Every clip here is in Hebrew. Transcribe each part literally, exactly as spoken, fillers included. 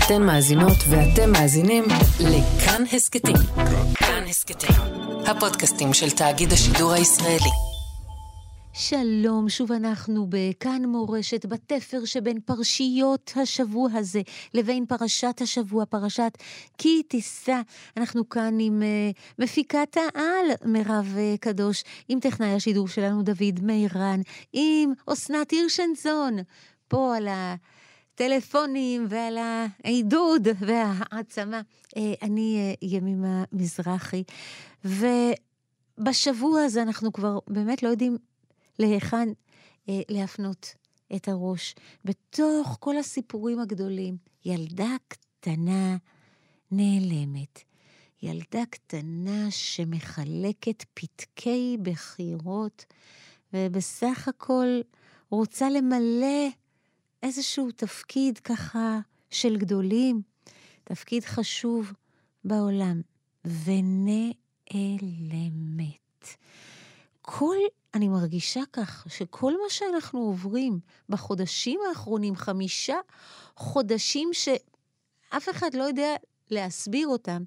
אתן מאזינות ואתם מאזינים לכאן הסקטים. כאן הסקטים, הפודקאסטים של תאגיד השידור הישראלי. שלום, שוב אנחנו בכאן מורשת, בתפר שבין פרשיות השבוע הזה לבין פרשת השבוע, פרשת כי תישא. אנחנו כאן עם uh, מפיקת העל מירב uh, קדוש, עם טכנאי השידור שלנו דוד מירן, עם אסנת הירשנזון, פה על הטלפונים ועל העידוד והעצמה. Uh, אני uh, ימימה מזרחי, ובשבוע הזה אנחנו כבר באמת לא יודעים להיכן אה, להפנות את הראש. בתוך כל הסיפורים הגדולים, ילדה קטנה נעלמת. ילדה קטנה שמחלקת פתקי בחירות, ובסך הכל רוצה למלא איזשהו תפקיד ככה של גדולים, תפקיד חשוב בעולם, ונעלמת. כל אני מרגישה כך שכל מה שאנחנו עוברים בחודשים האחרונים, חמישה חודשים שאף אחד לא יודע להסביר אותם,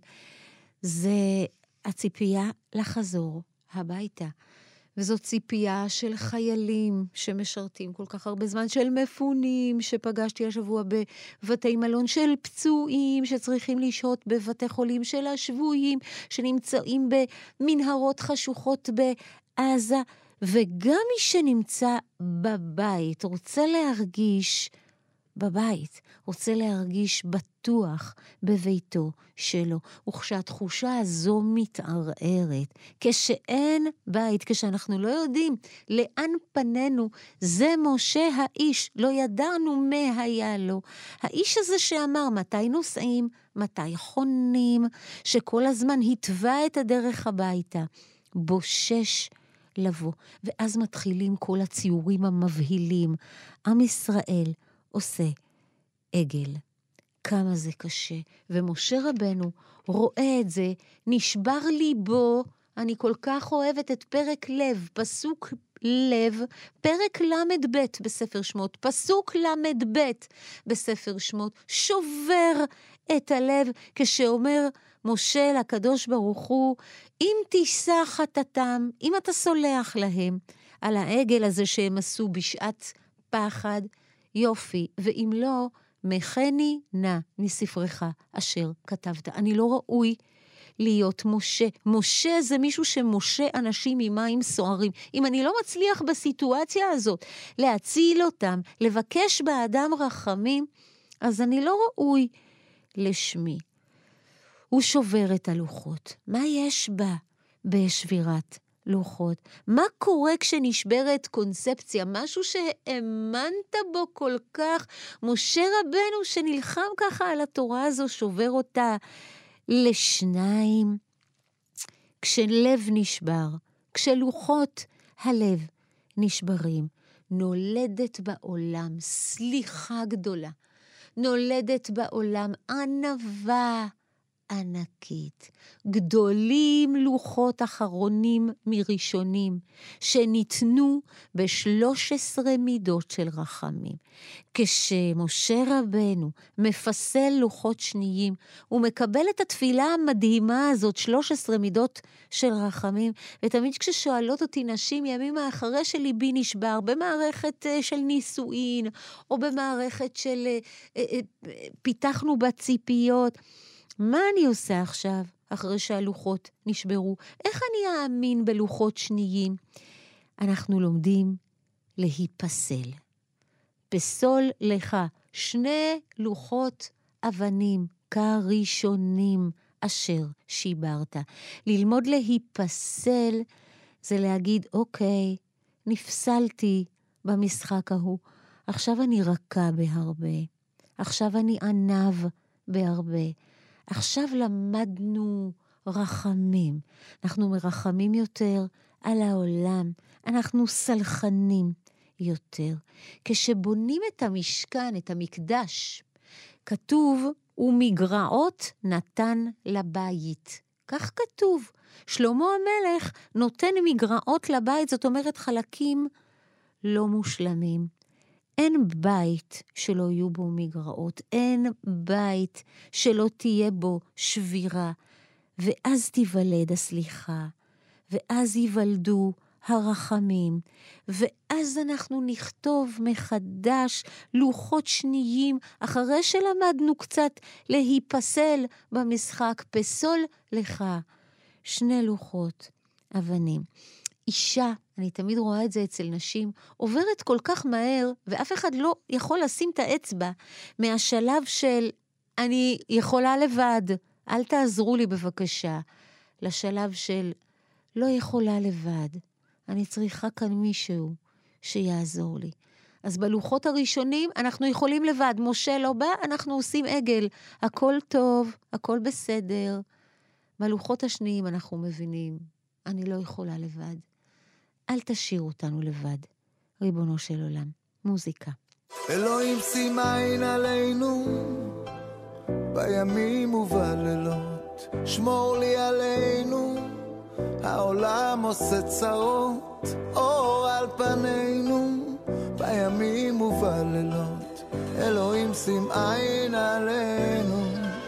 זה הציפייה לחזור הביתה. וזו ציפייה של חיילים שמשרתים כל כך הרבה זמן, של מפונים שפגשתי השבוע בבתי מלון, של פצועים שצריכים לשהות בבתי חולים, של השבויים שנמצאים במנהרות חשוכות בעזה, וגם מי שנמצא בבית רוצה להרגיש בבית, רוצה להרגיש בטוח בביתו שלו. וכשהתחושה הזו מתערערת, כשאין בית, כשאנחנו לא יודעים לאן פנינו, זה משה האיש, לא ידענו מה היה לו. האיש הזה שאמר מתי נוסעים, מתי חונים, שכל הזמן התווה את הדרך הביתה, בושש לבוא. ואז מתחילים כל הציורים המבהילים. עם ישראל עושה עגל. כמה זה קשה. ומשה רבנו רואה את זה, נשבר ליבו. אני כל כך אוהבת את פרק לב, פסוק לב, פרק למד ב' בספר שמות, פסוק למד ב' בספר שמות, שובר את הלב כשאומר משה לקדוש ברוך הוא, אם תישא חטאתם, אם אתה סולח להם על העגל הזה שהם עשו בשעת פחד, יופי, ואם לא, מחני נא מספרך אשר כתבת. אני לא ראוי להיות משה. משה זה מישהו שמשה אנשים ממים סוערים. אם אני לא מצליח בסיטואציה הזאת להציל אותם, לבקש באדם רחמים, אז אני לא ראוי לשמי. הוא שובר את הלוחות. מה יש בה בשבירת לוחות? מה קורה כשנשברת קונספציה? משהו שהאמנת בו כל כך. משה רבנו שנלחם ככה על התורה הזו, שובר אותה לשניים. כשלב נשבר, כשלוחות הלב נשברים, נולדת בעולם סליחה גדולה. נולדת בעולם ענווה ענקית. גדולים לוחות אחרונים מראשונים שניתנו בשלוש עשרה מידות של רחמים. כשמשה רבנו מפסל לוחות שניים, הוא מקבל את התפילה המדהימה הזאת, שלוש עשרה מידות של רחמים, ותמיד כששואלות אותי נשים ימים האחרי שליבי נשבר, במערכת של נישואין, או במערכת של פיתחנו בציפיות, מה אני עושה עכשיו, אחרי שהלוחות נשברו? איך אני אאמין בלוחות שניים? אנחנו לומדים להיפסל. פסול לך שני לוחות אבנים כראשונים אשר שיברת. ללמוד להיפסל זה להגיד, אוקיי, נפסלתי במשחק ההוא. עכשיו אני רכה בהרבה. עכשיו אני ענב בהרבה. עכשיו למדנו רחמים. אנחנו מרחמים יותר על העולם. אנחנו סלחנים יותר. כשבונים את המשכן, את המקדש, כתוב, ומגרעות נתן לבית. כך כתוב. שלמה המלך נותן מגרעות לבית, זאת אומרת חלקים לא מושלמים. אין בית שלא יהיו בו מגרעות, אין בית שלא תהיה בו שבירה, ואז תיוולד הסליחה, ואז ייוולדו הרחמים, ואז אנחנו נכתוב מחדש לוחות שניים, אחרי שלמדנו קצת להיפסל במשחק, פסול לך, שני לוחות אבנים. אישה, אני תמיד רואה את זה אצל נשים, עוברת כל כך מהר, ואף אחד לא יכול לשים את האצבע מהשלב של אני יכולה לבד, אל תעזרו לי בבקשה, לשלב של לא יכולה לבד, אני צריכה כאן מישהו שיעזור לי. אז בלוחות הראשונים אנחנו יכולים לבד, משה לא בא, אנחנו עושים עגל, הכל טוב, הכל בסדר. בלוחות השניים אנחנו מבינים, אני לא יכולה לבד. אל תשאיר אותנו לבד, ריבונו של עולם. מוזיקה. אלוהים שים עין עלינו, בימים ובלילות, שמור לי עלינו, העולם עושה צרות, אור על פנינו, בימים ובלילות, אלוהים שים עין עלינו.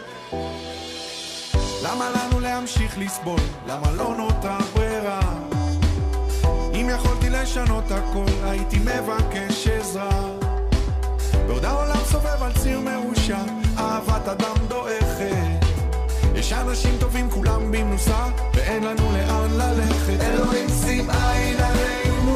למה לנו להמשיך לסבול? למה לא נותר ברירה? אם יכולתי לשנות הכל, הייתי מבקש עזרה. בעוד העולם סובב על ציר מרושע, אהבת אדם דועכת. יש אנשים טובים כולם במנוסה, ואין לנו לאן ללכת. אלוהים שים עין עלינו,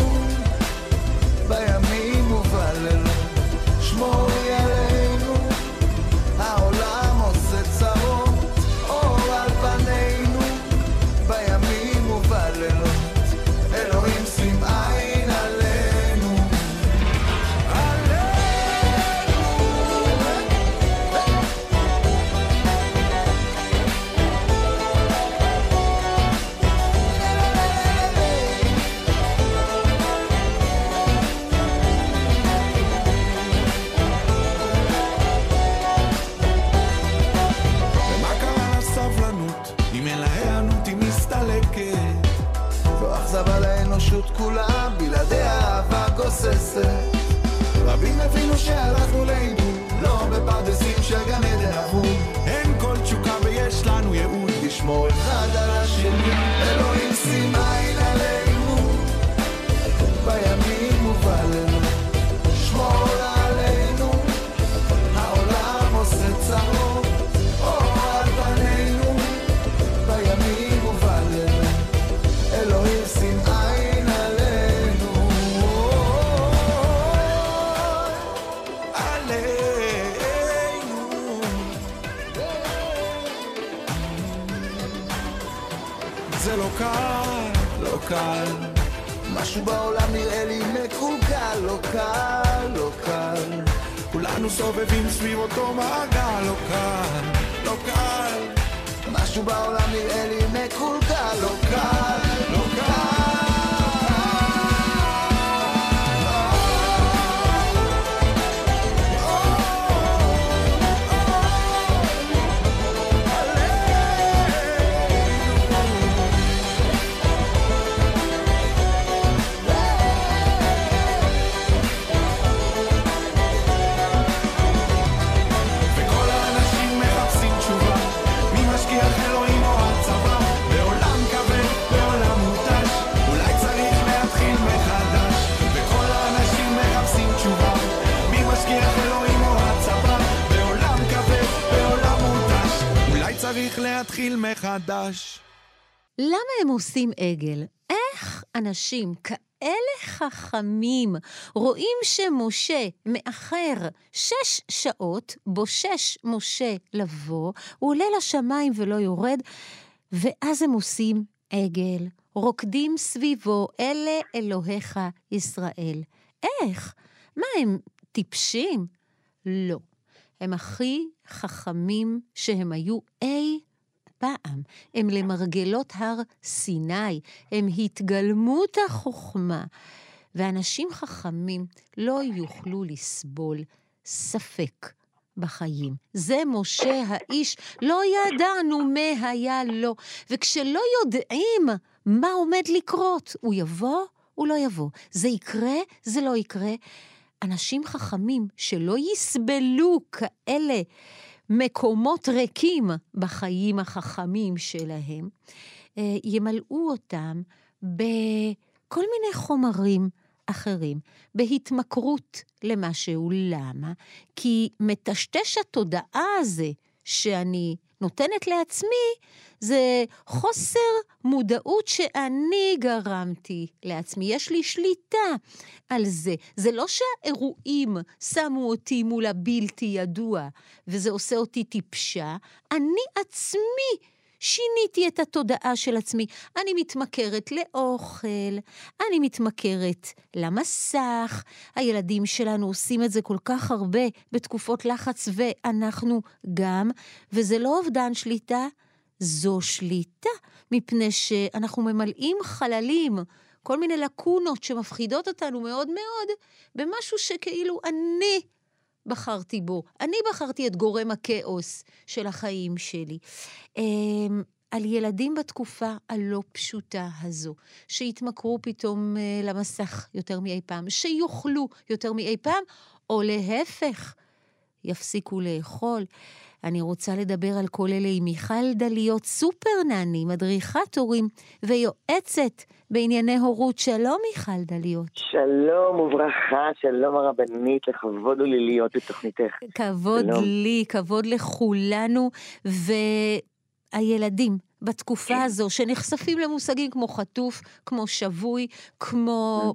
בימים ובלילות, שמור לי עלינו, העולם עושה צרות, אור על פנינו, בימים ובלילות, אלוהים שים עין עלינו. ומה קרה לסבלנות? אם אין לה הענות היא מסתלקת. ואכזב על האנושות כולה, בלעדי האהבה גוססת. רבים הבינו שהלכנו לאיבוד, לא בפרדסים של גן עדן אבוד. אין כל תשוקה ויש לנו ייעוד, לשמור אחד על השני. אלוהים שים עין עלינו, בימים ובלילות, שמור עלינו, העולם עושה צרות, אור על פנינו, בימים ובלילות, אלוהים שים עין עלינו. עלינו. זה לא קל, לא קל, משהו בעולם נראה לי מקולקל, לא קל, לא קל, כולנו סובבים סביב אותו מעגל. לא קל, לא קל, משהו בעולם נראה לי מקולקל, לא קל, לא קל. וכל האנשים מחפשים תשובה, מי משגיח אלוהים או הצבא? בעולם כבד, בעולם מותש, אולי צריך להתחיל מחדש. וכל האנשים מחפשים תשובה, מי משגיח אלוהים או הצבא? בעולם כבד, בעולם מותש, אולי צריך להתחיל מחדש. למה הם עושים עגל? איך אנשים כאלה חכמים רואים שמשה מאחר שש שעות, בושש משה לבוא, הוא עולה לשמיים ולא יורד, ואז הם עושים עגל, רוקדים סביבו, אלה אלוהיך ישראל. איך? מה, הם טיפשים? לא. הם הכי חכמים שהם היו אי פעם. הם למרגלות הר סיני, הם התגלמות החוכמה. ואנשים חכמים לא יוכלו לסבול ספק בחיים. זה משה האיש, לא ידענו מה היה לו. וכשלא יודעים מה עומד לקרות, הוא יבוא, הוא לא יבוא. זה יקרה, זה לא יקרה. אנשים חכמים שלא יסבלו כאלה מקומות ריקים בחיים החכמים שלהם, ימלאו אותם בכל מיני חומרים אחרים, בהתמכרות למשהו. למה? כי מטשטש התודעה הזה שאני נותנת לעצמי, זה חוסר מודעות שאני גרמתי לעצמי. יש לי שליטה על זה. זה לא שהאירועים שמו אותי מול הבלתי ידוע, וזה עושה אותי טיפשה. אני עצמי שיניתי את התודעה של עצמי. אני מתמכרת לאוכל, אני מתמכרת למסך. הילדים שלנו עושים את זה כל כך הרבה בתקופות לחץ, ואנחנו גם, וזה לא אובדן שליטה, זו שליטה, מפני שאנחנו ממלאים חללים, כל מיני לקונות שמפחידות אותנו מאוד מאוד, במשהו שכאילו אני בחרתי בו. אני בחרתי את גורם הכאוס של החיים שלי. על ילדים בתקופה הלא פשוטה הזו, שהתמכרו פתאום למסך יותר מאי פעם, שיוכלו יותר מאי פעם, או להפך, יפסיקו לאכול. אני רוצה לדבר על כל אלה עם מיכל דליות, סופר נני, מדריכת הורים ויועצת בענייני הורות. שלום מיכל דליות. שלום וברכה, שלום הרבנית, לכבוד הוא לי להיות בתוכניתך. כבוד שלום. לי, כבוד לכולנו, והילדים בתקופה כן. הזו שנחשפים למושגים כמו חטוף, כמו שבוי, כמו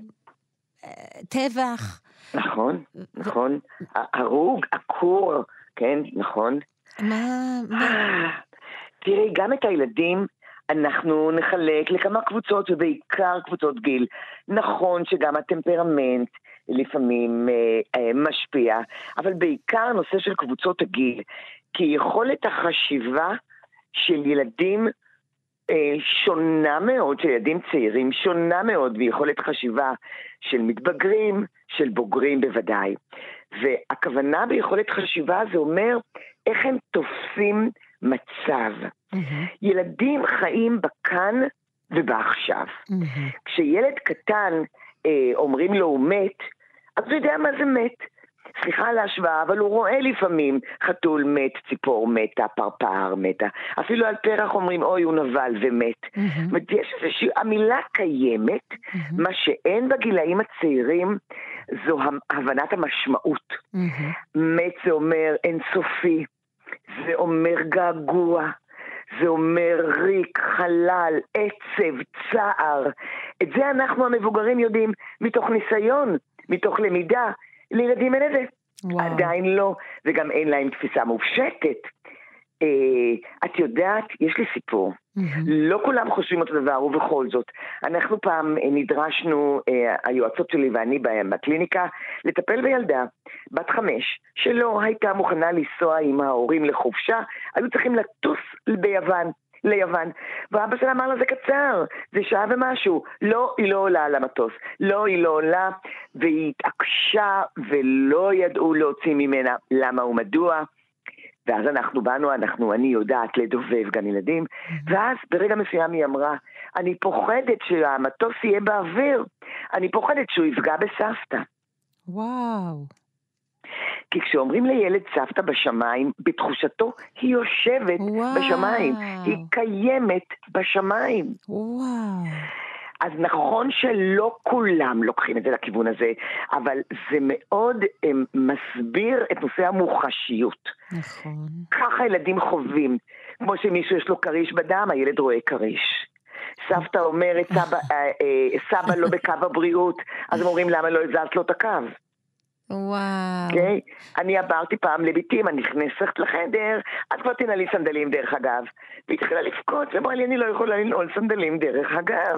טבח. נכון, נכון. הרוג, עקור, כן, נכון. מה, מה? תראי, גם את הילדים אנחנו נחלק לכמה קבוצות, ובעיקר קבוצות גיל. נכון שגם הטמפרמנט לפעמים אה, אה, משפיע, אבל בעיקר נושא של קבוצות הגיל, כי יכולת החשיבה של ילדים אה, שונה מאוד, של ילדים צעירים שונה מאוד, ויכולת חשיבה של מתבגרים, של בוגרים בוודאי. והכוונה ביכולת חשיבה זה אומר איך הם תופסים מצב. Mm-hmm. ילדים חיים בכאן ובעכשיו. Mm-hmm. כשילד קטן אה, אומרים לו הוא מת, אז הוא יודע מה זה מת. סליחה על ההשוואה, אבל הוא רואה לפעמים חתול מת, ציפור מתה, פרפר מתה. אפילו על פרח אומרים אוי הוא נבל ומת. Mm-hmm. יש איזושהי, המילה קיימת, mm-hmm. מה שאין בגילאים הצעירים זו הבנת המשמעות. Mm-hmm. מת זה אומר אינסופי, זה אומר געגוע, זה אומר ריק, חלל, עצב, צער. את זה אנחנו המבוגרים יודעים מתוך ניסיון, מתוך למידה. לילדים אין את זה. וואו. עדיין לא, וגם אין להם תפיסה מופשטת. אה, את יודעת, יש לי סיפור. Mm-hmm. לא כולם חושבים אותו דבר, ובכל זאת. אנחנו פעם נדרשנו, אה, היועצות שלי ואני בקליניקה, לטפל בילדה, בת חמש, שלא הייתה מוכנה לנסוע עם ההורים לחופשה, היו צריכים לטוס ביוון. ליוון, ואבא שלה אמר לה זה קצר, זה שעה ומשהו, לא, היא לא עולה על המטוס, לא, היא לא עולה, והיא התעקשה ולא ידעו להוציא ממנה למה ומדוע, ואז אנחנו באנו, אנחנו, אני יודעת לדובב גן ילדים, ואז ברגע מסוים היא אמרה, אני פוחדת שהמטוס יהיה באוויר, אני פוחדת שהוא יפגע בסבתא. וואו. כי כשאומרים לילד סבתא בשמיים, בתחושתו היא יושבת וואו. בשמיים, היא קיימת בשמיים. וואו. אז נכון שלא כולם לוקחים את זה לכיוון הזה, אבל זה מאוד הם, מסביר את נושא המוחשיות. נכון. ככה ילדים חווים, כמו שמישהו יש לו קריש בדם, הילד רואה קריש. סבתא אומרת, סבא, אה, אה, סבא לא בקו הבריאות, אז הם אומרים למה לא הזזת לו את הקו. וואו. Okay? אני עברתי פעם לביתים, אני נכנסת לחדר, את כבר תנעה לי סנדלים דרך אגב, והיא התחילה לפקוט, ואמרה לי, אני לא יכולה לנעול סנדלים דרך אגב.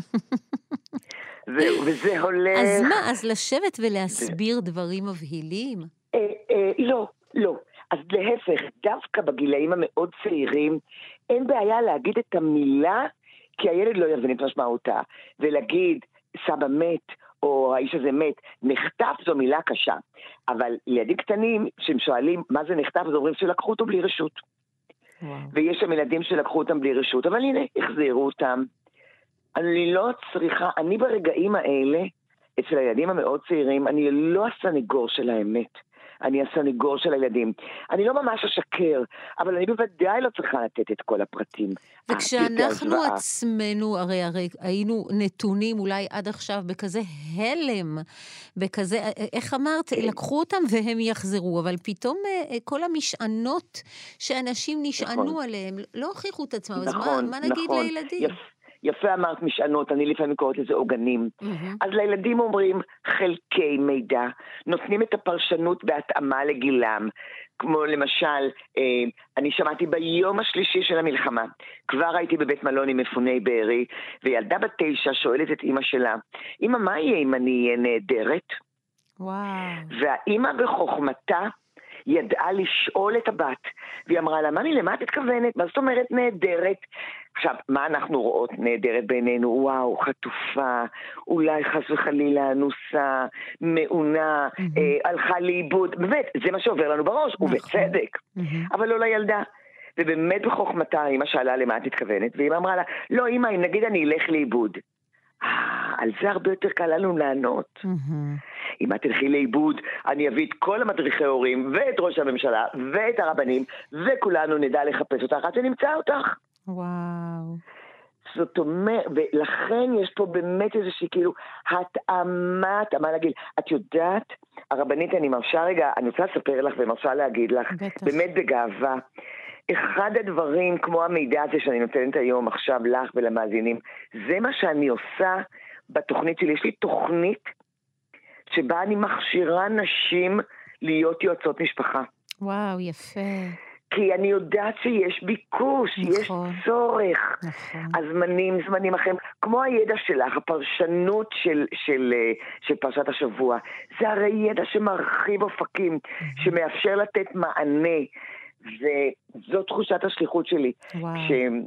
זהו, וזה הולך... אז מה, אז לשבת ולהסביר דברים מבהילים? אה, אה, לא, לא. אז להפך, דווקא בגילאים המאוד צעירים, אין בעיה להגיד את המילה, כי הילד לא יבין את משמעותה, ולהגיד, סבא מת, או האיש הזה מת, נחטף זו מילה קשה. אבל ילדים קטנים, שהם שואלים מה זה נחטף, אז אומרים שלקחו אותו בלי רשות. וואו. ויש שם ילדים שלקחו אותם בלי רשות, אבל הנה, החזירו אותם. אני לא צריכה, אני ברגעים האלה, אצל הילדים המאוד צעירים, אני לא הסניגור של האמת. אני הסניגור של הילדים. אני לא ממש אשקר, אבל אני בוודאי לא צריכה לתת את כל הפרטים. וכשאנחנו עצמנו, הרי, הרי היינו נתונים אולי עד עכשיו בכזה הלם, בכזה, איך אמרת, לקחו אותם והם יחזרו, אבל פתאום כל המשענות שאנשים נשענו נכון. עליהם, לא הוכיחו את עצמם, נכון, אז מה, מה נגיד נכון. לילדים? יפ... יפה אמרת משענות, אני לפעמים קוראת לזה עוגנים. Mm-hmm. אז לילדים אומרים חלקי מידע, נותנים את הפרשנות בהתאמה לגילם, כמו למשל, אה, אני שמעתי ביום השלישי של המלחמה, כבר הייתי בבית מלון עם מפוני בארי, וילדה בת תשע שואלת את אמא שלה, אמא, מה יהיה אם אני אהיה נהדרת? וואו. והאמא בחוכמתה, ידעה לשאול את הבת, והיא אמרה לה, ממי, למה את מתכוונת? מה זאת אומרת נהדרת? עכשיו, מה אנחנו רואות נהדרת בינינו? וואו, חטופה, אולי חס וחלילה אנוסה, מעונה, mm-hmm. אה, הלכה לאיבוד, באמת, זה מה שעובר לנו בראש, נכון. ובצדק, mm-hmm. אבל לא לילדה. ובאמת בחוכמתה, אמא שאלה למה את מתכוונת, ואמא אמרה לה, לא אמא, אם נגיד אני אלך לאיבוד. אה, על זה הרבה יותר קל לנו לענות. Mm-hmm. אם את תלכי לאיבוד, אני אביא את כל המדריכי הורים, ואת ראש הממשלה, ואת הרבנים, וכולנו נדע לחפש אותך, עד שנמצא אותך. וואו. זאת אומרת, ולכן יש פה באמת איזושהי כאילו, התאמה, התאמה להגיד, את יודעת, הרבנית, אני מרשה רגע, אני רוצה לספר לך ומרשה להגיד לך, בטח. באמת בגאווה, אחד הדברים, כמו המידע הזה שאני נותנת היום עכשיו לך ולמאזינים, זה מה שאני עושה בתוכנית שלי. יש לי תוכנית שבה אני מכשירה נשים להיות יועצות משפחה. וואו, יפה. כי אני יודעת שיש ביקוש, נכון, יש צורך. נכון. הזמנים, זמנים אחרים. כמו הידע שלך, הפרשנות של, של, של פרשת השבוע, זה הרי ידע שמרחיב אופקים, mm-hmm. שמאפשר לתת מענה. וזו תחושת השליחות שלי. וואו.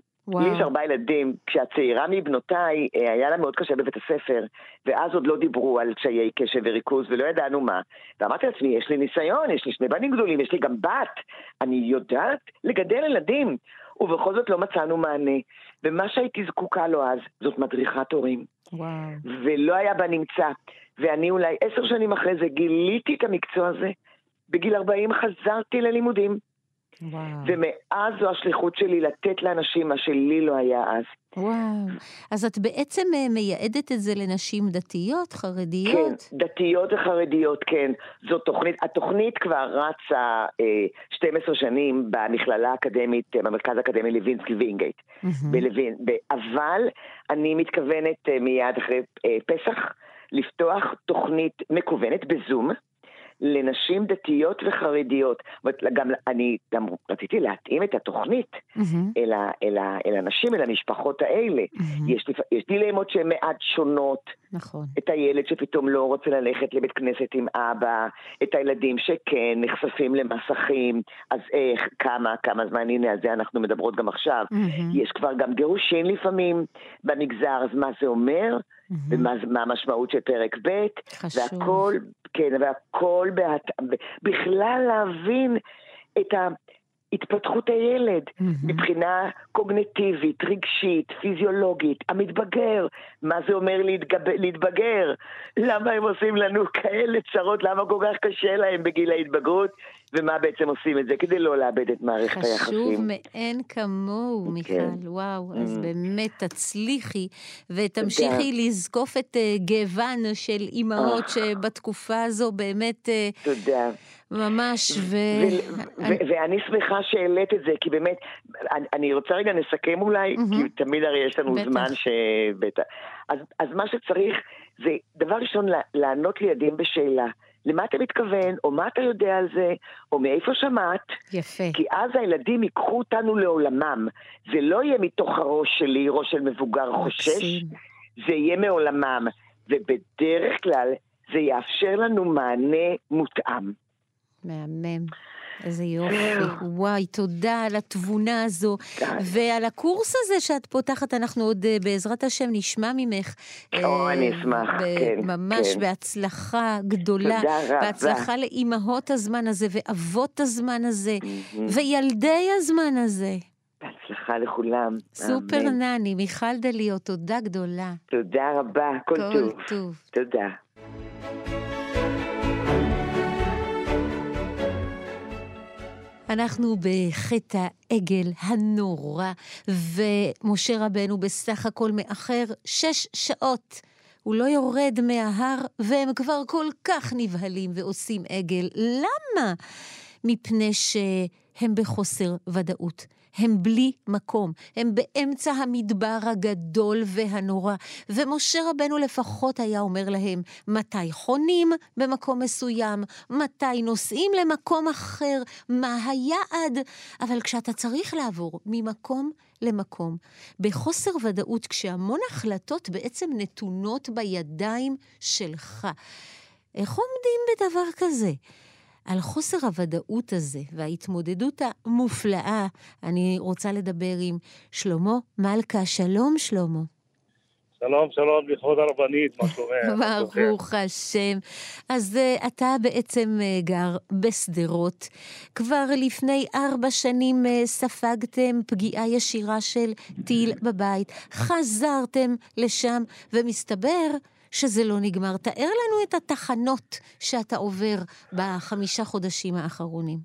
לי יש ארבעה ילדים, כשהצעירה מבנותיי היה לה מאוד קשה בבית הספר, ואז עוד לא דיברו על קשיי קשב וריכוז, ולא ידענו מה. ואמרתי לעצמי, יש לי ניסיון, יש לי שני בנים גדולים, יש לי גם בת, אני יודעת לגדל ילדים, ובכל זאת לא מצאנו מענה. ומה שהייתי זקוקה לו אז, זאת מדריכת הורים. וואו. ולא היה בנמצא. ואני אולי עשר שנים אחרי זה גיליתי את המקצוע הזה, בגיל ארבעים חזרתי ללימודים. וואו. ומאז זו השליחות שלי לתת לאנשים מה שלי לא היה אז. וואו. אז את בעצם מייעדת את זה לנשים דתיות, חרדיות? כן, דתיות וחרדיות, כן. זו תוכנית, התוכנית כבר רצה אה, שתים עשרה שנים במכללה האקדמית, במרכז האקדמי לוינסקי וינגייט. Mm-hmm. בלווין, אבל אני מתכוונת אה, מיד אחרי אה, פסח לפתוח תוכנית מקוונת בזום, לנשים דתיות וחרדיות. גם, אני גם רציתי להתאים את התוכנית mm-hmm. אל, אל, אל הנשים, אל המשפחות האלה. Mm-hmm. יש, יש דילמות שהן מעט שונות. נכון. את הילד שפתאום לא רוצה ללכת לבית כנסת עם אבא, את הילדים שכן נחשפים למסכים, אז איך, כמה, כמה זמן, הנה, על זה אנחנו מדברות גם עכשיו. Mm-hmm. יש כבר גם גירושין לפעמים במגזר, אז מה זה אומר? Mm-hmm. ומה מה המשמעות של פרק ב' חשוב. והכל, כן, והכל בהת... בכלל להבין את התפתחות הילד, mm-hmm. מבחינה קוגניטיבית, רגשית, פיזיולוגית, המתבגר, מה זה אומר להתגב... להתבגר, למה הם עושים לנו כאלה צרות, למה כל כך קשה להם בגיל ההתבגרות, ומה בעצם עושים את זה, כדי לא לאבד את מערכת חשוב היחסים. חשוב מאין כמוהו, okay. מיכל, וואו, mm. אז באמת תצליחי, ותמשיכי תודה. לזקוף את uh, גאוון של אימהות oh. שבתקופה הזו באמת... Uh, תודה. ממש, ו... ו- ו- ואני שמחה שהעלית את זה, כי באמת, אני, אני רוצה רגע נסכם אולי, mm-hmm. כי תמיד הרי יש לנו בטח. זמן שבטח. אז, אז מה שצריך, זה דבר ראשון, לענות לידים בשאלה, למה אתה מתכוון, או מה אתה יודע על זה, או מאיפה שמעת. יפה. כי אז הילדים ייקחו אותנו לעולמם. זה לא יהיה מתוך הראש שלי, ראש של מבוגר חושש, זה יהיה מעולמם. ובדרך כלל, זה יאפשר לנו מענה מותאם. מהמם. איזה יופי. וואי, תודה על התבונה הזו. ועל הקורס הזה שאת פותחת, אנחנו עוד בעזרת השם נשמע ממך. או, אני אשמח, כן. ממש בהצלחה גדולה. תודה רבה. בהצלחה לאימהות הזמן הזה, ואבות הזמן הזה, וילדי הזמן הזה. בהצלחה לכולם. סופר נני, מיכל דליות, תודה גדולה. תודה רבה, כל טוב. טוב. תודה. אנחנו בחטא העגל הנורא, ומשה רבנו בסך הכל מאחר שש שעות. הוא לא יורד מההר, והם כבר כל כך נבהלים ועושים עגל. למה? מפני שהם בחוסר ודאות. הם בלי מקום, הם באמצע המדבר הגדול והנורא, ומשה רבנו לפחות היה אומר להם, מתי חונים במקום מסוים, מתי נוסעים למקום אחר, מה היעד, אבל כשאתה צריך לעבור ממקום למקום, בחוסר ודאות, כשהמון החלטות בעצם נתונות בידיים שלך, איך עומדים בדבר כזה? על חוסר הוודאות הזה וההתמודדות המופלאה, אני רוצה לדבר עם שלמה מלכה. שלום, שלמה. שלום, שלום, לכבוד הרבנית, מה שלומך? ברוך השם. אז uh, אתה בעצם uh, גר בסדרות. כבר לפני ארבע שנים uh, ספגתם פגיעה ישירה של טיל בבית. חזרתם לשם, ומסתבר שזה לא נגמר. תאר לנו את התחנות שאתה עובר בחמישה חודשים האחרונים.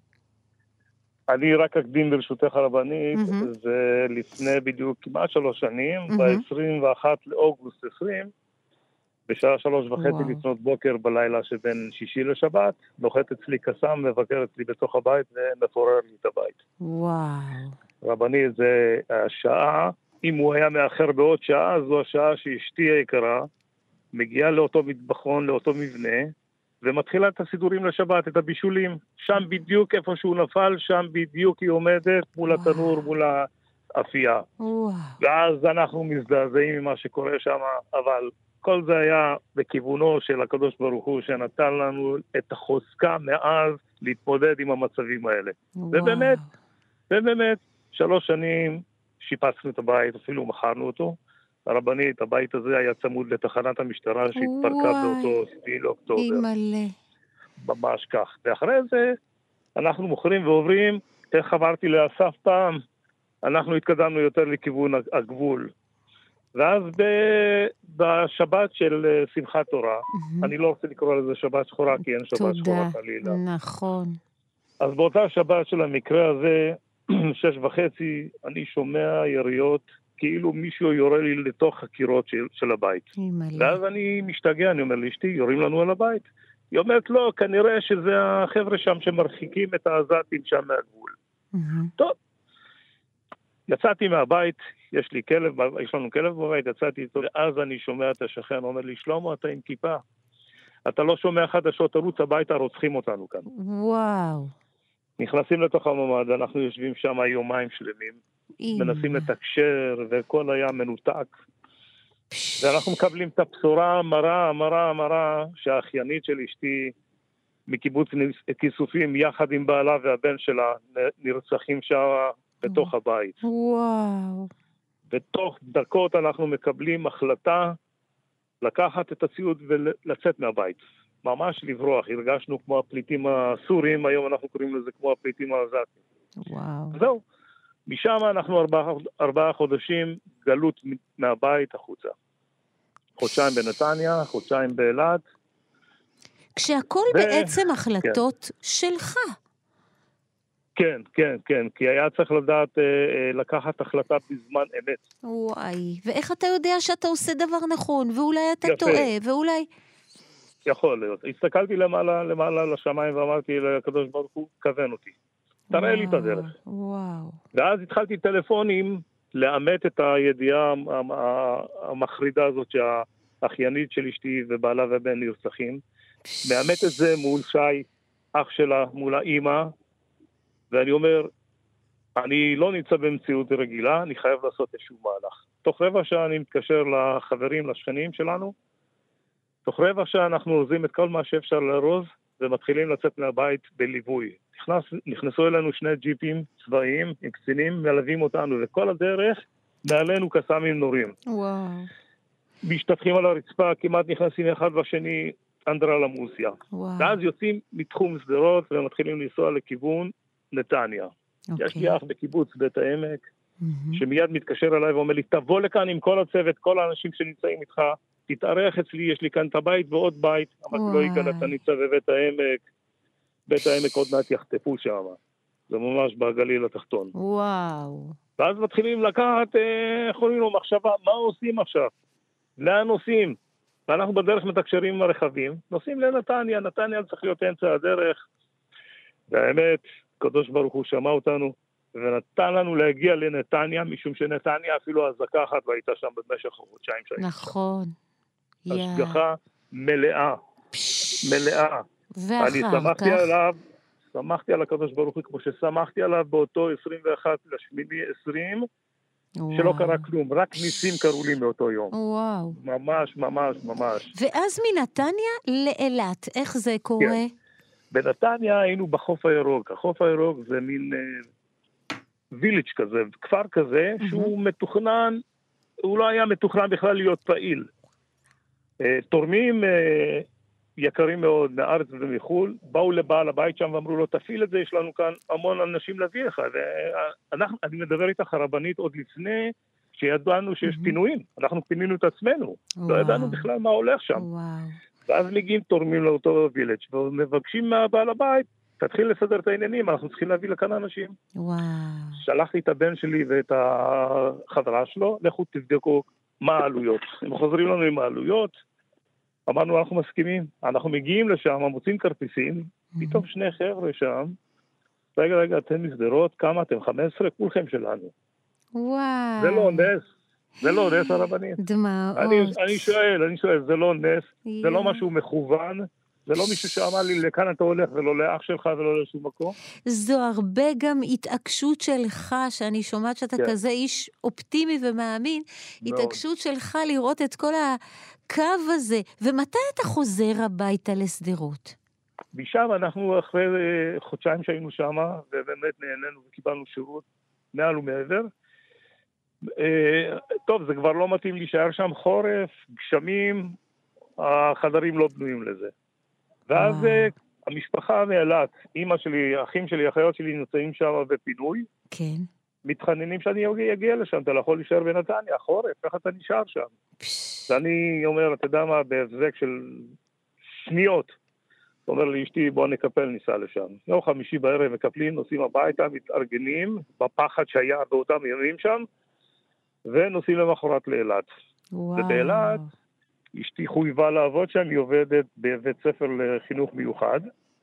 אני רק אקדים ברשותך הרבנית, Mm-hmm. זה לפני בדיוק כמעט שלוש שנים, Mm-hmm. ב-עשרים ואחד לאוגוסט עשרים, בשעה שלוש וחצי וואו. לפנות בוקר בלילה שבין שישי לשבת, נוחת אצלי קסם, מבקר אצלי בתוך הבית ומפורר לי את הבית. וואו. רבנית, זה השעה, אם הוא היה מאחר בעוד שעה, זו השעה שאשתי היקרה, מגיעה לאותו מטבחון, לאותו מבנה, ומתחילה את הסידורים לשבת, את הבישולים. שם בדיוק איפה שהוא נפל, שם בדיוק היא עומדת מול התנור, מול האפייה. וואו. ואז אנחנו מזדעזעים ממה שקורה שם, אבל כל זה היה בכיוונו של הקדוש ברוך הוא, שנתן לנו את החוזקה מאז להתמודד עם המצבים האלה. וואו. ובאמת, ובאמת, שלוש שנים שיפצנו את הבית, אפילו מכרנו אותו. הרבנית, הבית הזה היה צמוד לתחנת המשטרה שהתפרקה באותו סביל לאוקטובר. אימא'לה. ממש כך. ואחרי זה אנחנו מוכרים ועוברים, איך עברתי לאסף פעם, אנחנו התקדמנו יותר לכיוון הגבול. ואז ב- בשבת של שמחת תורה, Mm-hmm. אני לא רוצה לקרוא לזה שבת שחורה, כי אין שבת תודה. שחורה חלילה. נכון. אז באותה שבת של המקרה הזה, שש וחצי, אני שומע יריות, כאילו מישהו יורה לי לתוך הקירות של, של הבית. אימא'לה. ואז אני משתגע, אני אומר לאשתי, יורים לנו על הבית. היא אומרת, לא, כנראה שזה החבר'ה שם שמרחיקים את העזתים שם מהגבול. Mm-hmm. טוב, יצאתי מהבית, יש לי כלב, יש לנו כלב בבית, יצאתי איתו, ואז אני שומע את השכן, אומר לי, שלמה, אתה עם כיפה. אתה לא שומע חדשות, תרוץ הביתה, רוצחים אותנו כאן. וואו. נכנסים לתוך הממ"ד, אנחנו יושבים שם יומיים שלמים, מנסים לתקשר, וכל היה מנותק. ואנחנו מקבלים את הבשורה המרה, המרה, המרה, שהאחיינית של אשתי מקיבוץ כיסופים, יחד עם בעלה והבן שלה, נרצחים שם בתוך הבית. וואו. בתוך דקות אנחנו מקבלים החלטה לקחת את הציוד ולצאת מהבית. ממש לברוח, הרגשנו כמו הפליטים הסורים, היום אנחנו קוראים לזה כמו הפליטים העזתים. וואו. זהו. משם אנחנו ארבעה, ארבעה חודשים גלות מהבית החוצה. חודשיים בנתניה, חודשיים באילת. כשהכל ו... בעצם החלטות כן. שלך. כן, כן, כן, כי היה צריך לדעת אה, אה, לקחת החלטה בזמן אמת. וואי, ואיך אתה יודע שאתה עושה דבר נכון, ואולי אתה יפה. טועה, ואולי... יכול להיות. הסתכלתי למעלה, למעלה לשמיים ואמרתי לקדוש ברוך הוא, כוון אותי. תראה לי את הדרך. וואו. ואז התחלתי טלפונים לאמת את הידיעה המחרידה הזאת שהאחיינית של אשתי ובעלה ובן נרצחים. מאמת את זה מול שי, אח שלה, מול האמא, ואני אומר, אני לא נמצא במציאות רגילה, אני חייב לעשות איזשהו מהלך. תוך רבע שעה אני מתקשר לחברים, לשכנים שלנו, תוך רבע שעה אנחנו עוזים את כל מה שאפשר לארוז, ומתחילים לצאת מהבית בליווי. נכנס, נכנסו אלינו שני ג'יפים צבאיים, עם קצינים, מלווים אותנו, וכל הדרך מעלינו קסאמים נורים. וואו. משתתחים על הרצפה, כמעט נכנסים אחד בשני, אנדרלמוסיה. וואו. ואז יוצאים מתחום סדרות, ומתחילים לנסוע לכיוון נתניה. אוקיי. יש לי אח בקיבוץ בית העמק, Mm-hmm. שמיד מתקשר אליי ואומר לי, תבוא לכאן עם כל הצוות, כל האנשים שנמצאים איתך, תתארח אצלי, יש לי כאן את הבית ועוד בית, אבל לא יגאל, אתה נמצא בבית העמק, בית העמק עוד מעט יחטפו שם. זה ממש בגליל התחתון. וואו. ואז מתחילים לקחת, איך קוראים לו, מחשבה, מה עושים עכשיו? לאן נוסעים? ואנחנו בדרך מתקשרים עם הרכבים, נוסעים לנתניה, נתניה צריך להיות אמצע הדרך. והאמת, קדוש ברוך הוא שמע אותנו, ונתן לנו להגיע לנתניה, משום שנתניה אפילו הזקה אחת והייתה שם במשך חודשיים שהייתה. נכון. השגחה מלאה, מלאה. אני שמחתי עליו, שמחתי על הקדוש ברוך הוא, כמו ששמחתי עליו באותו עשרים ואחד לשמיני עשרים, שלא קרה כלום, רק ניסים קראו לי מאותו יום. וואו. ממש, ממש, ממש. ואז מנתניה לאילת, איך זה קורה? כן. בנתניה היינו בחוף הירוק. החוף הירוק זה מין אה, ויליץ' כזה, כפר כזה, mm-hmm. שהוא מתוכנן, הוא לא היה מתוכנן בכלל להיות פעיל. אה, תורמים אה, יקרים מאוד מארץ ומחול, באו לבעל הבית שם ואמרו לו, תפעיל את זה, יש לנו כאן המון אנשים להביא לך. ואנחנו, אני מדבר איתך הרבנית עוד לפני שידענו שיש mm-hmm. פינויים. אנחנו פינינו את עצמנו. וואו. לא ידענו בכלל מה הולך שם. וואו. ואז מגיעים תורמים לאותו וילג' ומבקשים מהבעל הבית, תתחיל לסדר את העניינים, אנחנו צריכים להביא לכאן אנשים. וואו. שלחתי את הבן שלי ואת החברה שלו, לכו תבדקו מה העלויות. הם חוזרים לנו עם העלויות, אמרנו אנחנו מסכימים, אנחנו מגיעים לשם, מוצאים כרטיסים, פתאום שני חבר'ה שם, רגע רגע אתם מסדרות, כמה אתם? חמש עשרה, כולכם שלנו. וואו. זה לא נס. זה לא נס הרבנית. דמעות. אני, אני שואל, אני שואל, זה לא נס, yeah. זה לא משהו מכוון, זה לא מישהו שאמר לי, לכאן אתה הולך ולא לאח שלך ולא לשום מקום. זו הרבה גם התעקשות שלך, שאני שומעת שאתה yeah. כזה איש אופטימי ומאמין, no. התעקשות שלך לראות את כל הקו הזה, ומתי אתה חוזר הביתה לסדרות? משם אנחנו אחרי חודשיים שהיינו שם, ובאמת נהנינו וקיבלנו שירות מעל ומעבר, טוב, זה כבר לא מתאים להישאר שם, חורף, גשמים, החדרים לא בנויים לזה. ואז המשפחה מאילת, אמא שלי, אחים שלי, אחיות שלי נמצאים שם בפינוי, כן. מתחננים שאני אגיע לשם, אתה לא יכול להישאר בנתניה, חורף, איך אתה נשאר שם? ואני אומר, אתה יודע מה, בהבזק של שניות, אומר לאשתי, בוא נקפל, ניסע לשם. יום חמישי בערב מקפלים, נוסעים הביתה, מתארגנים, בפחד שהיה באותם ימים שם, ונוסעים למחרת לאילת. ובאילת, אשתי חויבה לעבוד שם, היא עובדת בבית ספר לחינוך מיוחד,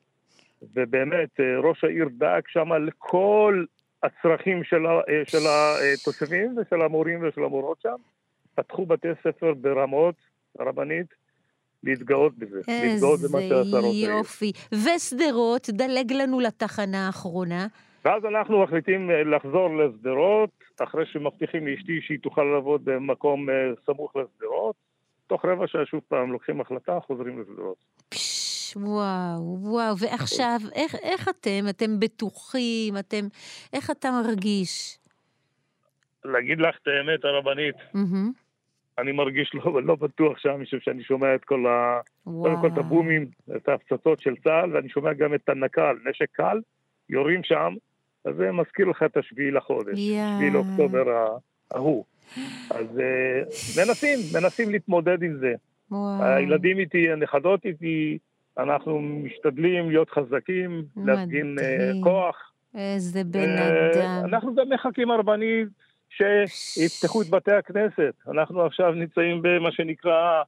ובאמת, ראש העיר דאג שם לכל הצרכים של, של התושבים ושל המורים ושל המורות שם, פתחו בתי ספר ברמות הרבנית, להתגאות בזה. להתגאות במה שעשה ראש העיר. יופי. וסדרות, דלג לנו לתחנה האחרונה. ואז אנחנו מחליטים לחזור לסדרות, אחרי שמבטיחים לאשתי שהיא תוכל לעבוד במקום סמוך לסדרות, תוך רבע שעה שוב פעם לוקחים החלטה, חוזרים לסדרות. פש, וואו, וואו, ועכשיו, איך, איך אתם? אתם בטוחים? אתם, איך אתה מרגיש? להגיד לך את האמת הרבנית, Mm-hmm. אני מרגיש לא, לא בטוח שם, משום שאני שומע את כל ה... קודם כל את הבומים, את ההפצצות של צה"ל, ואני שומע גם את הנקל, נשק קל, יורים שם, אז זה מזכיר לך את השביעי לחודש, yeah. שביעי לאוקטובר ההוא. אז מנסים, מנסים להתמודד עם זה. Wow. הילדים איתי, הנכדות איתי, אנחנו משתדלים להיות חזקים, להפגין כוח. איזה בן אדם. אנחנו גם מחכים הרבנית, שיפתחו את בתי הכנסת. אנחנו עכשיו נמצאים במה שנקרא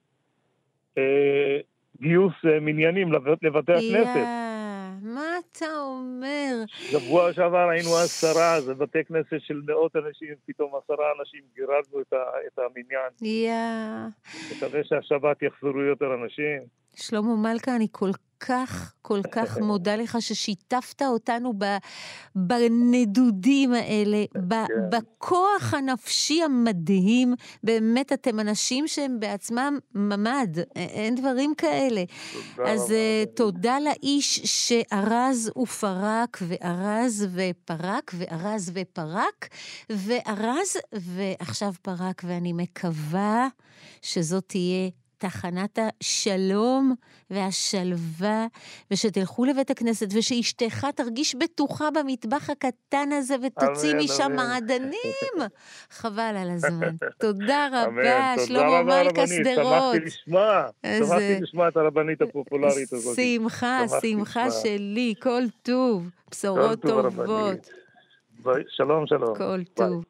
אה, גיוס אה, מניינים לבתי הכנסת. Yeah, מה אתה אומר? שבוע שעבר היינו עשרה, זה בתי כנסת של מאות אנשים, פתאום עשרה אנשים גירדנו את, ה, את המניין. Yeah. מקווה שהשבת יחזרו יותר אנשים. שלמה מלכה, אני כל כך, כל כך מודה לך ששיתפת אותנו בנדודים האלה, בכוח הנפשי המדהים. באמת אתם אנשים שהם בעצמם ממד, אין דברים כאלה. אז תודה לאיש שארז ופרק, וארז ופרק, וארז ופרק, וארז ועכשיו פרק, ואני מקווה שזאת תהיה תחנת השלום והשלווה, ושתלכו לבית הכנסת, ושאשתך תרגיש בטוחה במטבח הקטן הזה, ותוציא משם מעדנים. חבל על הזמן. תודה רבה, שלמה מלכה שדרות. שמחתי לשמוע, שמחתי לשמוע את הרבנית הפופולרית הזאת. שמחה, שמחה שלי, כל טוב, בשורות טובות. שלום, שלום. כל טוב.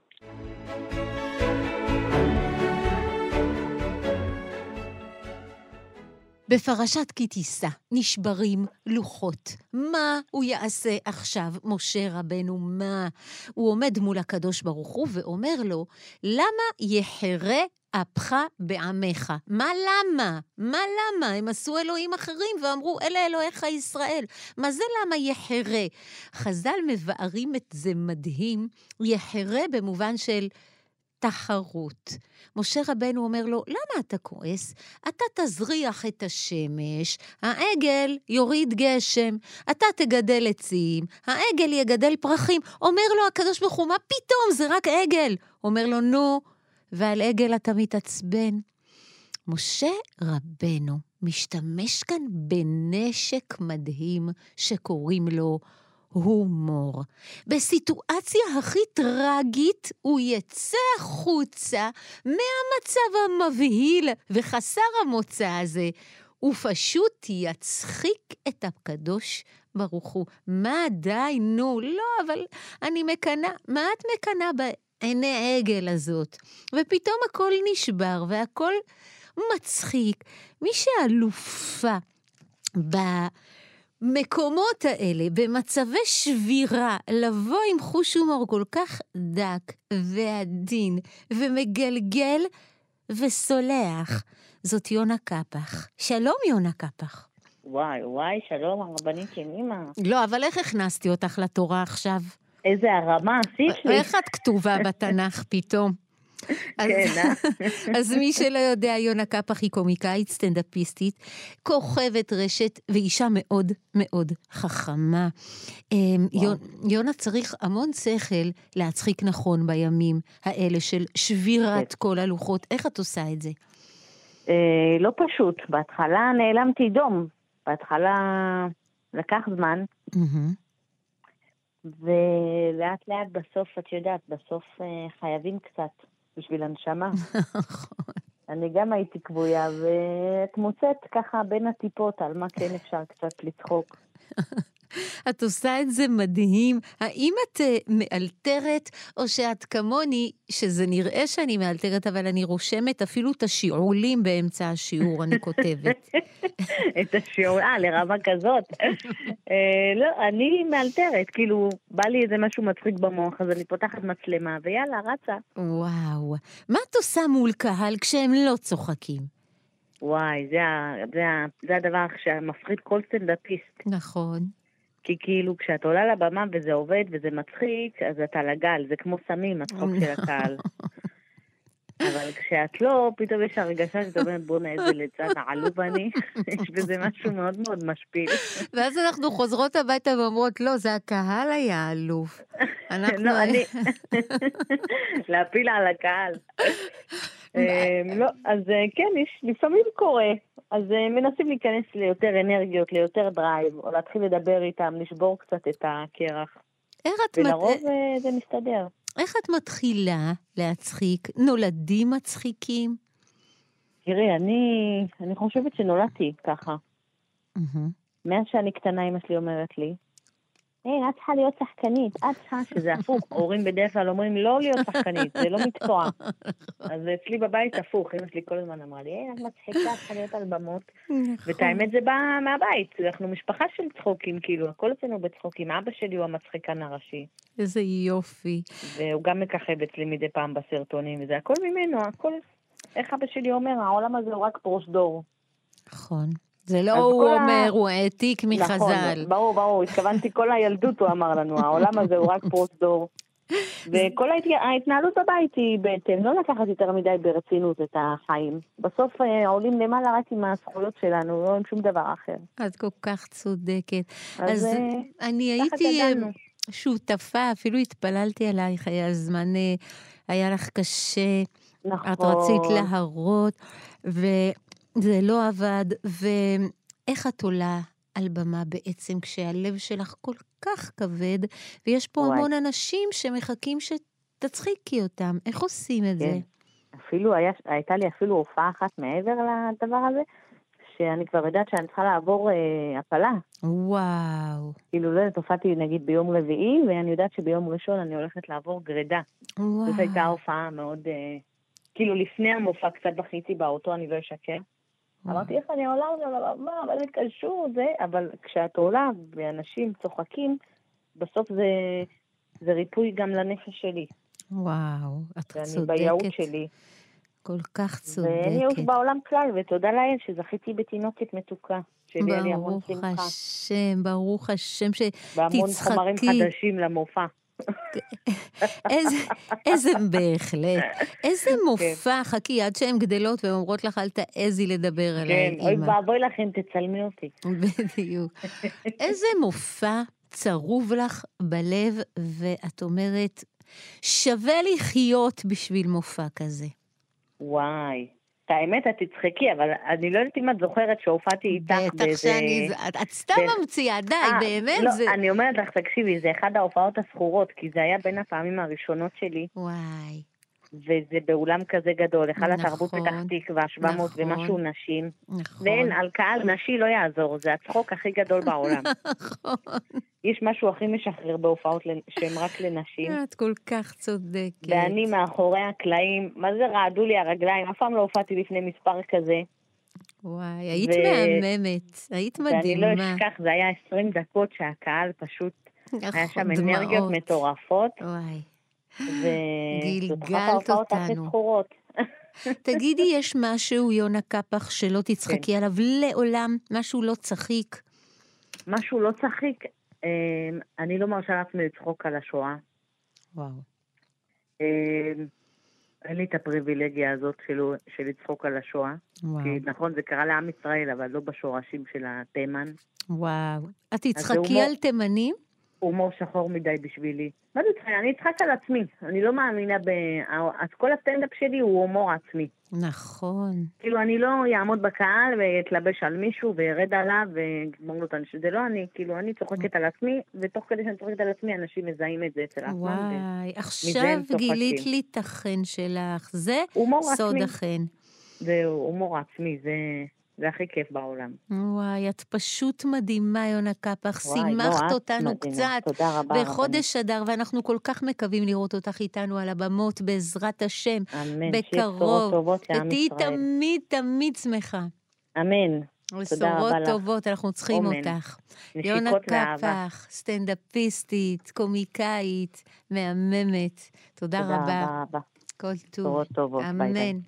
בפרשת כי תישא נשברים לוחות. מה הוא יעשה עכשיו, משה רבנו? מה? הוא עומד מול הקדוש ברוך הוא ואומר לו, למה יחרה אפך בעמך? מה למה? מה למה? הם עשו אלוהים אחרים ואמרו, אלה אלוהיך ישראל. מה זה למה יחרה? חז"ל מבארים את זה מדהים, יחרה במובן של תחרות. משה רבנו אומר לו, למה אתה כועס? אתה תזריח את השמש, העגל יוריד גשם, אתה תגדל עצים, העגל יגדל פרחים. אומר לו הקדוש ברוך הוא, מה פתאום? זה רק עגל. אומר לו, נו, ועל עגל אתה מתעצבן. משה רבנו משתמש כאן בנשק מדהים שקוראים לו הומור. בסיטואציה הכי טרגית הוא יצא החוצה מהמצב המבהיל וחסר המוצא הזה, ופשוט יצחיק את הקדוש ברוך הוא. מה די? נו, לא, אבל אני מקנה. מה את מקנה בעיני העגל הזאת? ופתאום הכל נשבר והכל מצחיק. מי שאלופה ב... מקומות האלה, במצבי שבירה, לבוא עם חוש הומור כל כך דק ועדין ומגלגל וסולח, זאת יונה קפח. שלום יונה קפח. וואי, וואי, שלום, הרבנית של אמא. לא, אבל איך הכנסתי אותך לתורה עכשיו? איזה הרמה עשית לי. איך את כתובה בתנ"ך פתאום? אז מי שלא יודע, יונה קפח היא קומיקאית, סטנדאפיסטית, כוכבת רשת ואישה מאוד מאוד חכמה. יונה צריך המון שכל להצחיק נכון בימים האלה של שבירת כל הלוחות. איך את עושה את זה? לא פשוט. בהתחלה נעלמתי דום. בהתחלה לקח זמן. ולאט לאט בסוף, את יודעת, בסוף חייבים קצת. בשביל הנשמה. אני גם הייתי קבויה, ואת מוצאת ככה בין הטיפות על מה כן אפשר קצת לצחוק. את עושה את זה מדהים. האם את מאלתרת, או שאת כמוני, שזה נראה שאני מאלתרת, אבל אני רושמת אפילו את השיעולים באמצע השיעור, אני כותבת. את השיעול, אה, לרמה כזאת. לא, אני מאלתרת, כאילו, בא לי איזה משהו מצחיק במוח, אז אני פותחת מצלמה, ויאללה, רצה. וואו. מה את עושה מול קהל כשהם לא צוחקים? וואי, זה, זה, זה הדבר שמפחיד כל סטנדאפיסט. נכון. כי כאילו כשאת עולה לבמה וזה עובד וזה מצחיק, אז אתה לגל, זה כמו סמים, הצחוק של הקהל. אבל כשאת לא, פתאום יש הרגשה שאת אומרת, בוא נעזל לצד, העלוב אני, יש בזה משהו מאוד מאוד משפיל. ואז אנחנו חוזרות הביתה ואומרות, לא, זה הקהל היה עלוב. לא, אני... להפיל על הקהל. לא, אז כן, לפעמים קורה. אז מנסים להיכנס ליותר אנרגיות, ליותר דרייב, או להתחיל לדבר איתם, לשבור קצת את הקרח. ולרוב זה מסתדר. איך את מתחילה להצחיק? נולדים מצחיקים? תראי, אני, אני חושבת שנולדתי ככה. מאז שאני קטנה, אמא שלי אומרת לי, אין, את צריכה להיות שחקנית, את צריכה שזה הפוך. הורים בדרך כלל אומרים לא להיות שחקנית, זה לא מקצוע. אז אצלי בבית הפוך, אמא שלי כל הזמן אמרה לי, אין, את מצחיקה, צריכה להיות על במות. ואת האמת זה בא מהבית, אנחנו משפחה של צחוקים, כאילו, הכל אצלנו בצחוקים. אבא שלי הוא המצחיקן הראשי. איזה יופי. והוא גם מככב אצלי מדי פעם בסרטונים, וזה הכל ממנו, הכל, איך אבא שלי אומר, העולם הזה הוא רק פרושדור. נכון. זה לא הוא אומר, הוא העתיק מחז"ל. נכון, ברור, ברור, התכוונתי כל הילדות הוא אמר לנו, העולם הזה הוא רק פרוצדור. וכל ההתנהלות בבית היא בהתאם, לא לקחת יותר מדי ברצינות את החיים. בסוף עולים למעלה רק עם הזכויות שלנו, לא עם שום דבר אחר. את כל כך צודקת. אז אני הייתי שותפה, אפילו התפללתי עלייך, היה זמן, היה לך קשה, את רצית להרות, ו... זה לא עבד, ואיך את עולה על במה בעצם כשהלב שלך כל כך כבד, ויש פה וואי. המון אנשים שמחכים שתצחיקי אותם. איך עושים את כן. זה? אפילו היה, הייתה לי אפילו הופעה אחת מעבר לדבר הזה, שאני כבר יודעת שאני צריכה לעבור אה, הפלה. וואו. כאילו, לא יודעת, הופעתי נגיד ביום רביעי, ואני יודעת שביום ראשון אני הולכת לעבור גרידה. וואו. זאת הייתה הופעה מאוד, אה, כאילו לפני המופע קצת בכיתי באוטו, אני לא אשקר. אמרתי, איך אני עולה על מה, אבל זה קשור, זה, אבל כשאת עולה ואנשים צוחקים, בסוף זה, זה ריפוי גם לנפש שלי. וואו, את ואני בייעוד צודקת. שלי. כל כך ואין ייאוש צודקת. בעולם כלל, ותודה לאל שזכיתי בתינוקת מתוקה. שיהיה לי המון ברוך שמחה. השם, ברוך השם והמון חומרים שתצחקי. חדשים למופע. איזה, איזה בהחלט. איזה מופע, חכי, עד שהן גדלות והן אומרות לך, אל תעזי לדבר עליי, כן, אוי אמא. ואבוי לכם, תצלמי אותי. בדיוק. איזה מופע צרוב לך בלב, ואת אומרת, שווה לחיות בשביל מופע כזה. וואי. את האמת, את תצחקי, אבל אני לא יודעת אם את זוכרת שהופעתי איתך בטח באיזה... שאני, את- את סתם ב- ממציאה, די, אה, באמת לא, זה... אני אומרת לך, תקשיבי, זה אחד ההופעות הסחורות, כי זה היה בין הפעמים הראשונות שלי, וואי, וזה באולם כזה גדול, אחד נכון, התרבות פתח תקווה, שבע מאות נכון. ומשהו נשים, נכון. ואין, על קהל נשי לא יעזור, זה הצחוק הכי גדול בעולם. נכון. יש משהו הכי משחרר בהופעות לנ- שהן רק לנשים, את כל כך צודקת. ואני מאחורי הקלעים, מה זה רעדו לי הרגליים, אף פעם לא הופעתי לפני מספר כזה, וואי, היית ו- מהממת, היית ואני מדהימה. לא אשכח, זה היה עשרים דקות שהקהל פשוט, היה שם נכון, אנרגיות דמעות. מטורפות, וואי. וזאת אחת גלגלת ההופעות הכי אותנו. זכורות. תגידי, יש משהו, יונה קפח, שלא תצחקי עליו לעולם? משהו לא צחיק? משהו לא צחיק, אה, אני לא מרשה לעצמי לצחוק על השואה. וואו. אה, אין לי את הפריבילגיה הזאת של, של לצחוק על השואה. וואו. כי נכון, זה קרה לעם ישראל, אבל לא בשורשים של התימן. וואו. את זה תצחקי הומור. על תימנים? הומור שחור מדי בשבילי. מה זה צחק? אני אצחק על עצמי. אני לא מאמינה ב... אז כל הסטנדאפ שלי הוא הומור עצמי. נכון. כאילו, אני לא אעמוד בקהל ואתלבש על מישהו וירד עליו וגמור לו את אנשים. זה לא אני, כאילו, אני צוחקת על עצמי, ותוך כדי שאני צוחקת על עצמי, אנשים מזהים את זה אצל עצמם. וואי, מזה עכשיו הם צוחקים. גילית לי את החן שלך. זה הומור סוד עצמי. החן. זה הומור עצמי, זה, זה הכי כיף בעולם. וואי, את פשוט מדהימה, יונה קפח. וואי, לא, שימחת את אותנו מדהימה. קצת. תודה רבה. בחודש אדר, ואנחנו כל כך מקווים לראות אותך איתנו על הבמות, בעזרת השם. אמן, שיהיה בשורות בקרוב. טובות לעם ותהיי ישראל. תמיד תמיד שמחה. אמן. בשורות רבה לך. טובות, אנחנו צריכים אמן. אותך. יונה נשיקות ואהבה. קפח, סטנדאפיסטית, קומיקאית, מהממת. תודה תודה רבה. רבה רבה. כל טוב. בשורות טובות. ביי ביי. אמן.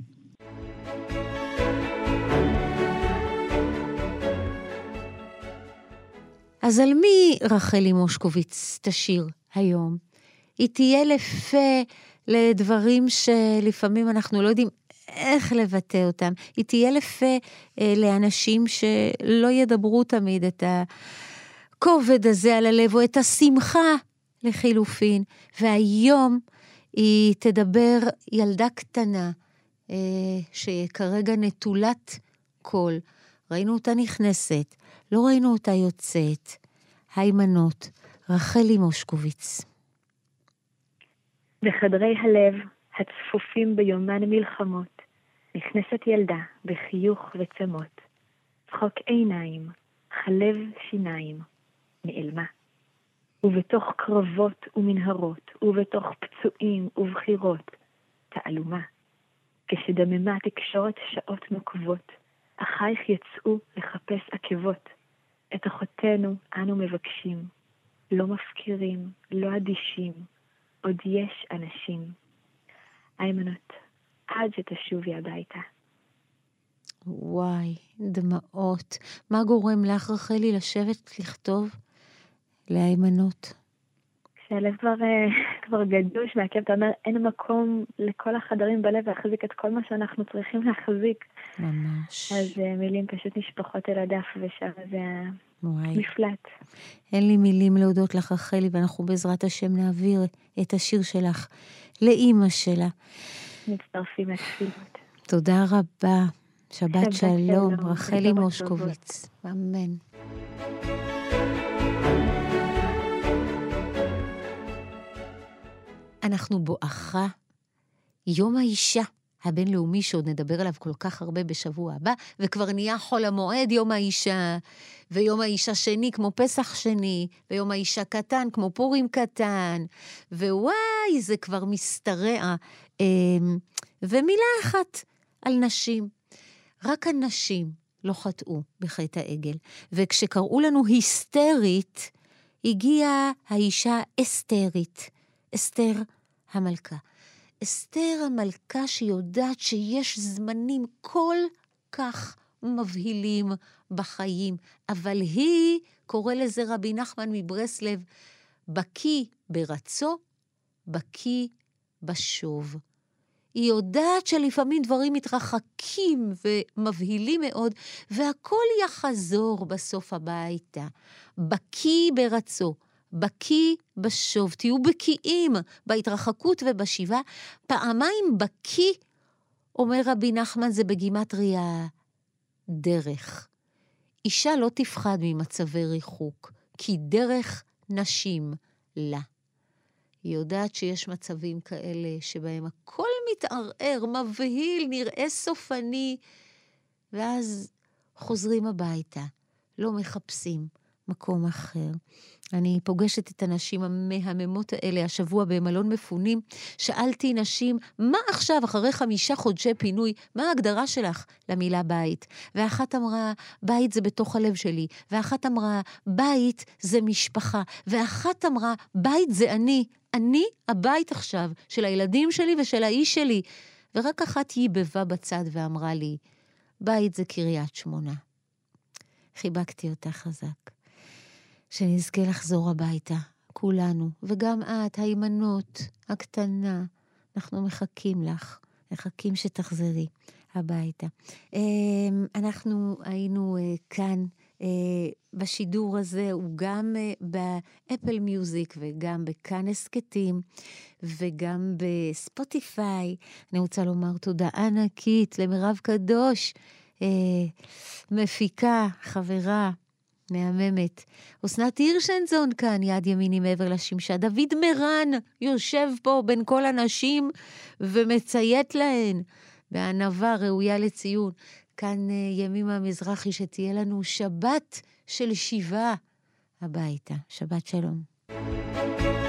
אז על מי רחלי מושקוביץ תשיר היום? היא תהיה לפה לדברים שלפעמים אנחנו לא יודעים איך לבטא אותם. היא תהיה לפה אה, לאנשים שלא ידברו תמיד את הכובד הזה על הלב, או את השמחה לחילופין. והיום היא תדבר ילדה קטנה, אה, שכרגע נטולת קול. ראינו אותה נכנסת, לא ראינו אותה יוצאת. היימנות, רחלי מושקוביץ. בחדרי הלב הצפופים ביומן מלחמות, נכנסת ילדה בחיוך וצמות, צחוק עיניים, חלב שיניים, נעלמה. ובתוך קרבות ומנהרות, ובתוך פצועים ובחירות, תעלומה. כשדממה תקשורת שעות נוקבות, אחייך יצאו לחפש עקבות. את אחותנו אנו מבקשים, לא מפקירים, לא אדישים, עוד יש אנשים. היימנות, עד שתשובי הביתה. וואי, דמעות. מה גורם לך, רחלי, לשבת לכתוב להיימנות? כשהלב כבר, כבר גדוש והכאב, אתה אומר, אין מקום לכל החדרים בלב להחזיק את כל מה שאנחנו צריכים להחזיק. ממש. אז מילים פשוט נשפחות אל הדף, ושם זה וואי. המפלט. אין לי מילים להודות לך, רחלי, ואנחנו בעזרת השם נעביר את השיר שלך לאימא שלה. מצטרפים לתפילות. תודה רבה. שבת שלום, רחלי מושקוביץ. אמן. אנחנו בואכה יום האישה הבינלאומי, שעוד נדבר עליו כל כך הרבה בשבוע הבא, וכבר נהיה חול המועד יום האישה, ויום האישה שני כמו פסח שני, ויום האישה קטן כמו פורים קטן, ווואי, זה כבר מסתרע. ומילה אחת על נשים. רק הנשים לא חטאו בחטא העגל, וכשקראו לנו היסטרית, הגיעה האישה אסתרית, אסתר המלכה. אסתר המלכה שיודעת שיש זמנים כל כך מבהילים בחיים, אבל היא, קורא לזה רבי נחמן מברסלב, בקי ברצו, בקי בשוב. היא יודעת שלפעמים דברים מתרחקים ומבהילים מאוד, והכל יחזור בסוף הביתה. בקי ברצו, בקי בשוב, תהיו בקיאים בהתרחקות ובשיבה. פעמיים בקי, אומר רבי נחמן, זה בגימטריה דרך. אישה לא תפחד ממצבי ריחוק, כי דרך נשים לה. היא יודעת שיש מצבים כאלה שבהם הכל מתערער, מבהיל, נראה סופני, ואז חוזרים הביתה, לא מחפשים מקום אחר. אני פוגשת את הנשים המהממות האלה השבוע במלון מפונים. שאלתי נשים, מה עכשיו אחרי חמישה חודשי פינוי, מה ההגדרה שלך למילה בית? ואחת אמרה, בית זה בתוך הלב שלי. ואחת אמרה, בית זה משפחה. ואחת אמרה, בית זה אני. אני הבית עכשיו של הילדים שלי ושל האיש שלי. ורק אחת היא בבה בצד ואמרה לי, בית זה קריית שמונה. חיבקתי אותה חזק. שנזכה לחזור הביתה, כולנו, וגם את, האימנות הקטנה, אנחנו מחכים לך, מחכים שתחזרי הביתה. אנחנו היינו כאן, בשידור הזה, הוא גם באפל מיוזיק, וגם בכאן הסקטים, וגם בספוטיפיי. אני רוצה לומר תודה ענקית למירב קדוש, מפיקה, חברה, מהממת. אסנת הירשנזון כאן, יד ימיני מעבר לשמשה. דוד מרן יושב פה בין כל הנשים ומציית להן בענווה ראויה לציון. כאן ימימה מזרחי, שתהיה לנו שבת של שיבה הביתה. שבת שלום.